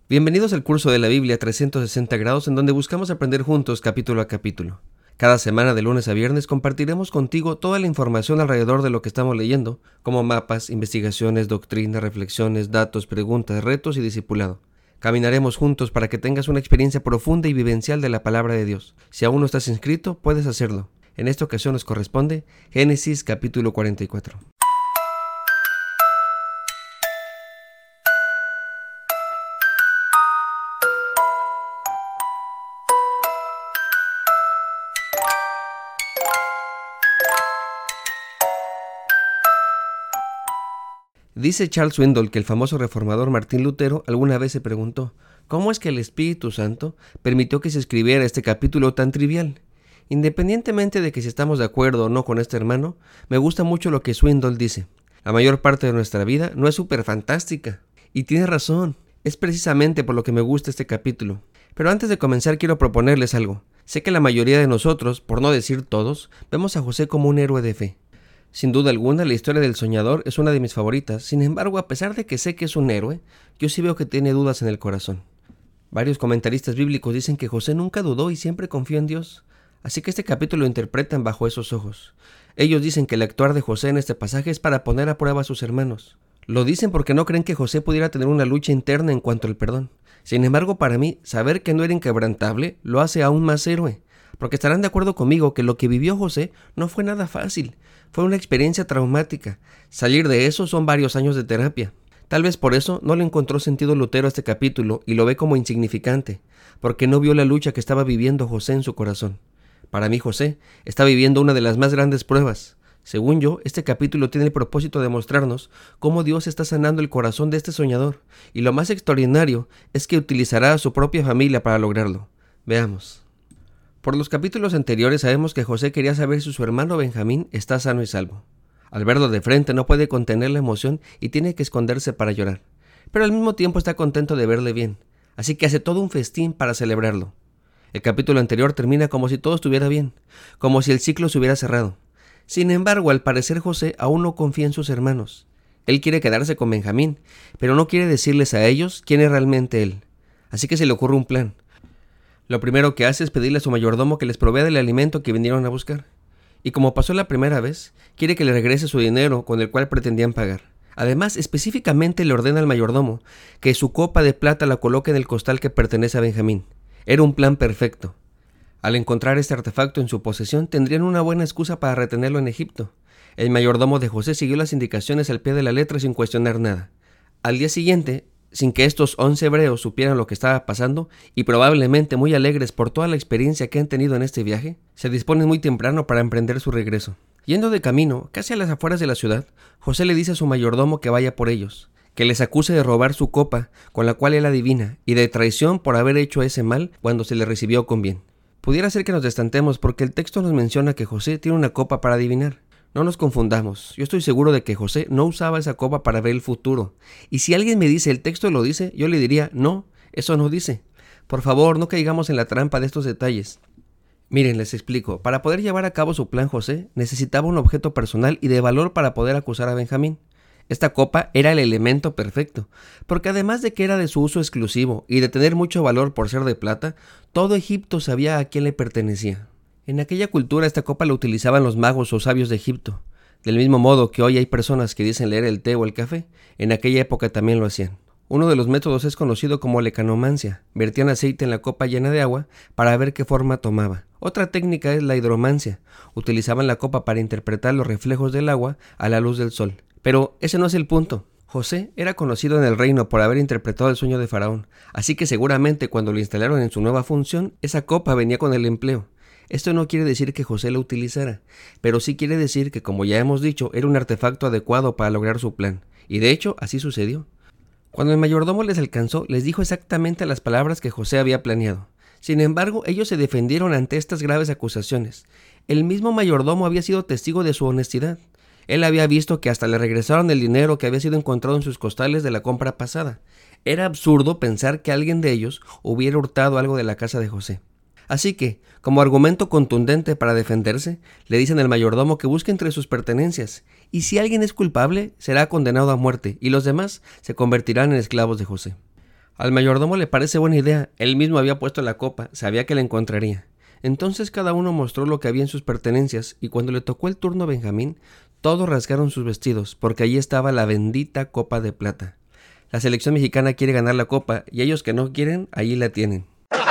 Bienvenidos al curso de la Biblia 360 grados, en donde buscamos aprender juntos capítulo a capítulo. Cada semana de lunes a viernes compartiremos contigo toda la información alrededor de lo que estamos leyendo, como mapas, investigaciones, doctrina, reflexiones, datos, preguntas, retos y discipulado. Caminaremos juntos para que tengas una experiencia profunda y vivencial de la palabra de Dios. Si aún no estás inscrito, puedes hacerlo. En esta ocasión nos corresponde Génesis capítulo 44. Dice Charles Swindoll que el famoso reformador Martín Lutero alguna vez se preguntó, ¿cómo es que el Espíritu Santo permitió que se escribiera este capítulo tan trivial? Independientemente de que si estamos de acuerdo o no con este hermano, me gusta mucho lo que Swindoll dice. La mayor parte de nuestra vida no es súper fantástica. Y tiene razón, es precisamente por lo que me gusta este capítulo. Pero antes de comenzar quiero proponerles algo. Sé que la mayoría de nosotros, por no decir todos, vemos a José como un héroe de fe. Sin duda alguna, la historia del soñador es una de mis favoritas. Sin embargo, a pesar de que sé que es un héroe, yo sí veo que tiene dudas en el corazón. Varios comentaristas bíblicos dicen que José nunca dudó y siempre confió en Dios. Así que este capítulo lo interpretan bajo esos ojos. Ellos dicen que el actuar de José en este pasaje es para poner a prueba a sus hermanos. Lo dicen porque no creen que José pudiera tener una lucha interna en cuanto al perdón. Sin embargo, para mí, saber que no era inquebrantable lo hace aún más héroe. Porque estarán de acuerdo conmigo que lo que vivió José no fue nada fácil. Fue una experiencia traumática. Salir de eso son varios años de terapia. Tal vez por eso no le encontró sentido Lutero a este capítulo y lo ve como insignificante, porque no vio la lucha que estaba viviendo José en su corazón. Para mí, José está viviendo una de las más grandes pruebas. Según yo, este capítulo tiene el propósito de mostrarnos cómo Dios está sanando el corazón de este soñador, y lo más extraordinario es que utilizará a su propia familia para lograrlo. Veamos. Por los capítulos anteriores sabemos que José quería saber si su hermano Benjamín está sano y salvo. Al verlo de frente no puede contener la emoción y tiene que esconderse para llorar. Pero al mismo tiempo está contento de verle bien, así que hace todo un festín para celebrarlo. El capítulo anterior termina como si todo estuviera bien, como si el ciclo se hubiera cerrado. Sin embargo, al parecer José aún no confía en sus hermanos. Él quiere quedarse con Benjamín, pero no quiere decirles a ellos quién es realmente él. Así que se le ocurre un plan. Lo primero que hace es pedirle a su mayordomo que les provea del alimento que vinieron a buscar. Y como pasó la primera vez, quiere que le regrese su dinero con el cual pretendían pagar. Además, específicamente le ordena al mayordomo que su copa de plata la coloque en el costal que pertenece a Benjamín. Era un plan perfecto. Al encontrar este artefacto en su posesión, tendrían una buena excusa para retenerlo en Egipto. El mayordomo de José siguió las indicaciones al pie de la letra sin cuestionar nada. Al día siguiente, sin que estos 11 hebreos supieran lo que estaba pasando, y probablemente muy alegres por toda la experiencia que han tenido en este viaje, se disponen muy temprano para emprender su regreso. Yendo de camino, casi a las afueras de la ciudad, José le dice a su mayordomo que vaya por ellos, que les acuse de robar su copa, con la cual él adivina, y de traición por haber hecho ese mal cuando se le recibió con bien. Pudiera ser que nos destantemos porque el texto nos menciona que José tiene una copa para adivinar. No nos confundamos, yo estoy seguro de que José no usaba esa copa para ver el futuro. Y si alguien me dice el texto lo dice, yo le diría, no, eso no dice. Por favor, no caigamos en la trampa de estos detalles. Miren, les explico, para poder llevar a cabo su plan José, necesitaba un objeto personal y de valor para poder acusar a Benjamín. Esta copa era el elemento perfecto, porque además de que era de su uso exclusivo y de tener mucho valor por ser de plata, todo Egipto sabía a quién le pertenecía. En aquella cultura esta copa la utilizaban los magos o sabios de Egipto. Del mismo modo que hoy hay personas que dicen leer el té o el café, en aquella época también lo hacían. Uno de los métodos es conocido como lecanomancia. Vertían aceite en la copa llena de agua para ver qué forma tomaba. Otra técnica es la hidromancia. Utilizaban la copa para interpretar los reflejos del agua a la luz del sol. Pero ese no es el punto. José era conocido en el reino por haber interpretado el sueño de Faraón, así que seguramente cuando lo instalaron en su nueva función, esa copa venía con el empleo. Esto no quiere decir que José la utilizara, pero sí quiere decir que, como ya hemos dicho, era un artefacto adecuado para lograr su plan. Y de hecho, así sucedió. Cuando el mayordomo les alcanzó, les dijo exactamente las palabras que José había planeado. Sin embargo, ellos se defendieron ante estas graves acusaciones. El mismo mayordomo había sido testigo de su honestidad. Él había visto que hasta le regresaron el dinero que había sido encontrado en sus costales de la compra pasada. Era absurdo pensar que alguien de ellos hubiera hurtado algo de la casa de José. Así que, como argumento contundente para defenderse, le dicen al mayordomo que busque entre sus pertenencias, y si alguien es culpable, será condenado a muerte, y los demás se convertirán en esclavos de José. Al mayordomo le parece buena idea, él mismo había puesto la copa, sabía que la encontraría. Entonces cada uno mostró lo que había en sus pertenencias, y cuando le tocó el turno a Benjamín, todos rasgaron sus vestidos, porque allí estaba la bendita copa de plata. La selección mexicana quiere ganar la copa, y ellos que no quieren, allí la tienen.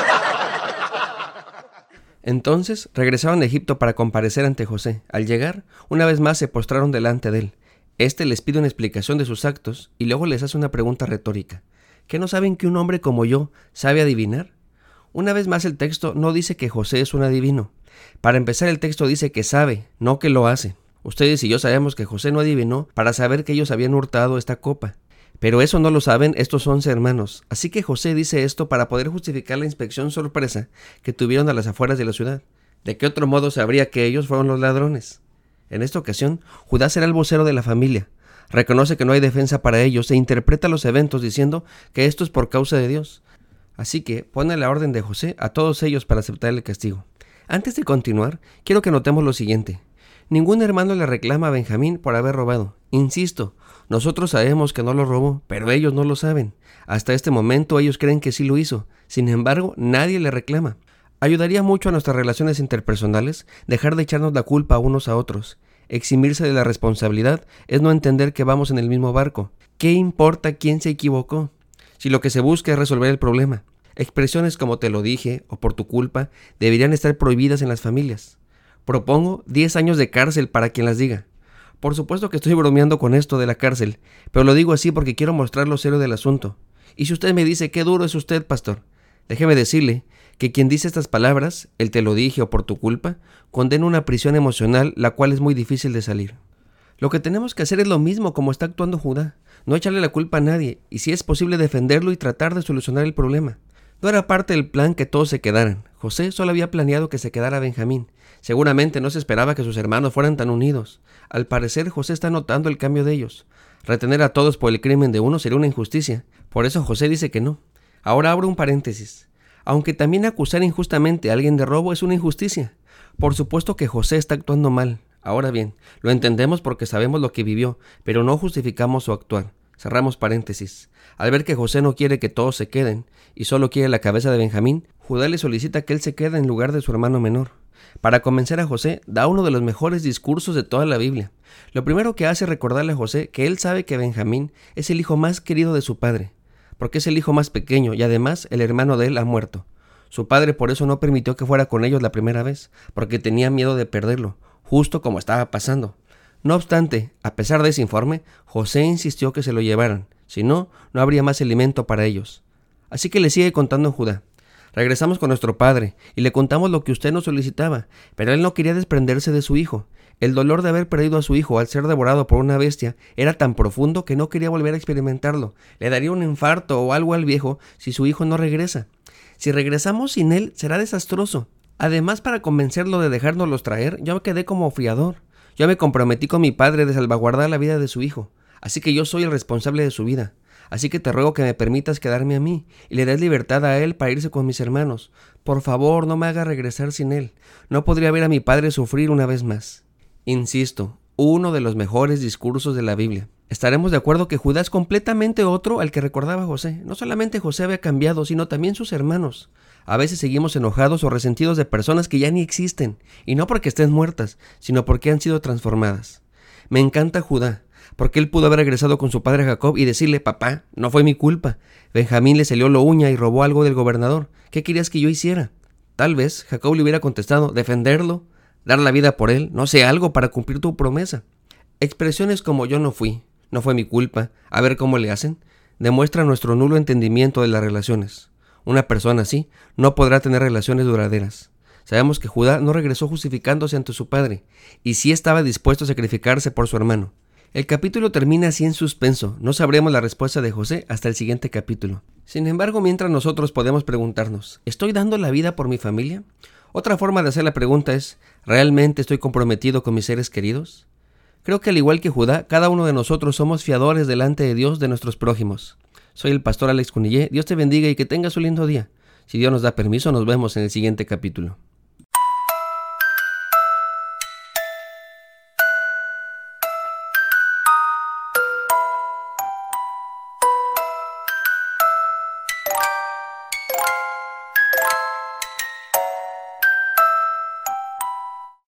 Entonces regresaron a Egipto para comparecer ante José. Al llegar, una vez más se postraron delante de él. Este les pide una explicación de sus actos, y luego les hace una pregunta retórica. ¿Qué no saben que un hombre como yo sabe adivinar? Una vez más el texto no dice que José es un adivino. Para empezar, el texto dice que sabe, no que lo hace. Ustedes y yo sabemos que José no adivinó para saber que ellos habían hurtado esta copa. Pero eso no lo saben estos 11 hermanos. Así que José dice esto para poder justificar la inspección sorpresa que tuvieron a las afueras de la ciudad. ¿De qué otro modo sabría que ellos fueron los ladrones? En esta ocasión, Judá será el vocero de la familia. Reconoce que no hay defensa para ellos e interpreta los eventos diciendo que esto es por causa de Dios. Así que pone la orden de José a todos ellos para aceptar el castigo. Antes de continuar, quiero que notemos lo siguiente. Ningún hermano le reclama a Benjamín por haber robado. Insisto, nosotros sabemos que no lo robó, pero ellos no lo saben. Hasta este momento ellos creen que sí lo hizo. Sin embargo, nadie le reclama. Ayudaría mucho a nuestras relaciones interpersonales dejar de echarnos la culpa unos a otros. Eximirse de la responsabilidad es no entender que vamos en el mismo barco. ¿Qué importa quién se equivocó? Si lo que se busca es resolver el problema. Expresiones como te lo dije o por tu culpa deberían estar prohibidas en las familias. Propongo 10 años de cárcel para quien las diga. Por supuesto que estoy bromeando con esto de la cárcel, pero lo digo así porque quiero mostrar lo serio del asunto. Y si usted me dice qué duro es usted, pastor, déjeme decirle que quien dice estas palabras, el te lo dije o por tu culpa, condena una prisión emocional la cual es muy difícil de salir. Lo que tenemos que hacer es lo mismo como está actuando Judá, no echarle la culpa a nadie y si es posible defenderlo y tratar de solucionar el problema. No era parte del plan que todos se quedaran. José solo había planeado que se quedara Benjamín. Seguramente no se esperaba que sus hermanos fueran tan unidos. Al parecer José está notando el cambio de ellos. Retener a todos por el crimen de uno sería una injusticia. Por eso José dice que no. Ahora abro un paréntesis. Aunque también acusar injustamente a alguien de robo es una injusticia. Por supuesto que José está actuando mal. Ahora bien, lo entendemos porque sabemos lo que vivió, pero no justificamos su actuar. Cerramos paréntesis. Al ver que José no quiere que todos se queden y solo quiere la cabeza de Benjamín, Judá le solicita que él se quede en lugar de su hermano menor. Para convencer a José, da uno de los mejores discursos de toda la Biblia. Lo primero que hace es recordarle a José que él sabe que Benjamín es el hijo más querido de su padre, porque es el hijo más pequeño y además el hermano de él ha muerto. Su padre por eso no permitió que fuera con ellos la primera vez, porque tenía miedo de perderlo, justo como estaba pasando. No obstante, a pesar de ese informe, José insistió que se lo llevaran, si no, no habría más alimento para ellos. Así que le sigue contando Judá. Regresamos con nuestro padre y le contamos lo que usted nos solicitaba, pero él no quería desprenderse de su hijo. El dolor de haber perdido a su hijo al ser devorado por una bestia era tan profundo que no quería volver a experimentarlo. Le daría un infarto o algo al viejo si su hijo no regresa. Si regresamos sin él, será desastroso. Además, para convencerlo de dejárnoslos traer, yo me quedé como fiador. Yo me comprometí con mi padre de salvaguardar la vida de su hijo, así que yo soy el responsable de su vida. Así que te ruego que me permitas quedarme a mí y le des libertad a él para irse con mis hermanos. Por favor, no me haga regresar sin él. No podría ver a mi padre sufrir una vez más. Insisto, uno de los mejores discursos de la Biblia. Estaremos de acuerdo que Judá es completamente otro al que recordaba José. No solamente José había cambiado, sino también sus hermanos. A veces seguimos enojados o resentidos de personas que ya ni existen, y no porque estén muertas, sino porque han sido transformadas. Me encanta Judá, porque él pudo haber regresado con su padre Jacob y decirle: papá, no fue mi culpa. Benjamín le salió lo uña y robó algo del gobernador. ¿Qué querías que yo hiciera? Tal vez Jacob le hubiera contestado: defenderlo, dar la vida por él, no sé, algo para cumplir tu promesa. Expresiones como yo no fui, no fue mi culpa, a ver cómo le hacen, demuestran nuestro nulo entendimiento de las relaciones. Una persona así no podrá tener relaciones duraderas. Sabemos que Judá no regresó justificándose ante su padre, y sí estaba dispuesto a sacrificarse por su hermano. El capítulo termina así en suspenso. No sabremos la respuesta de José hasta el siguiente capítulo. Sin embargo, mientras nosotros podemos preguntarnos: ¿estoy dando la vida por mi familia? Otra forma de hacer la pregunta es: ¿realmente estoy comprometido con mis seres queridos? Creo que al igual que Judá, cada uno de nosotros somos fiadores delante de Dios de nuestros prójimos. Soy el pastor Alex Cunillé. Dios te bendiga y que tengas un lindo día. Si Dios nos da permiso, nos vemos en el siguiente capítulo.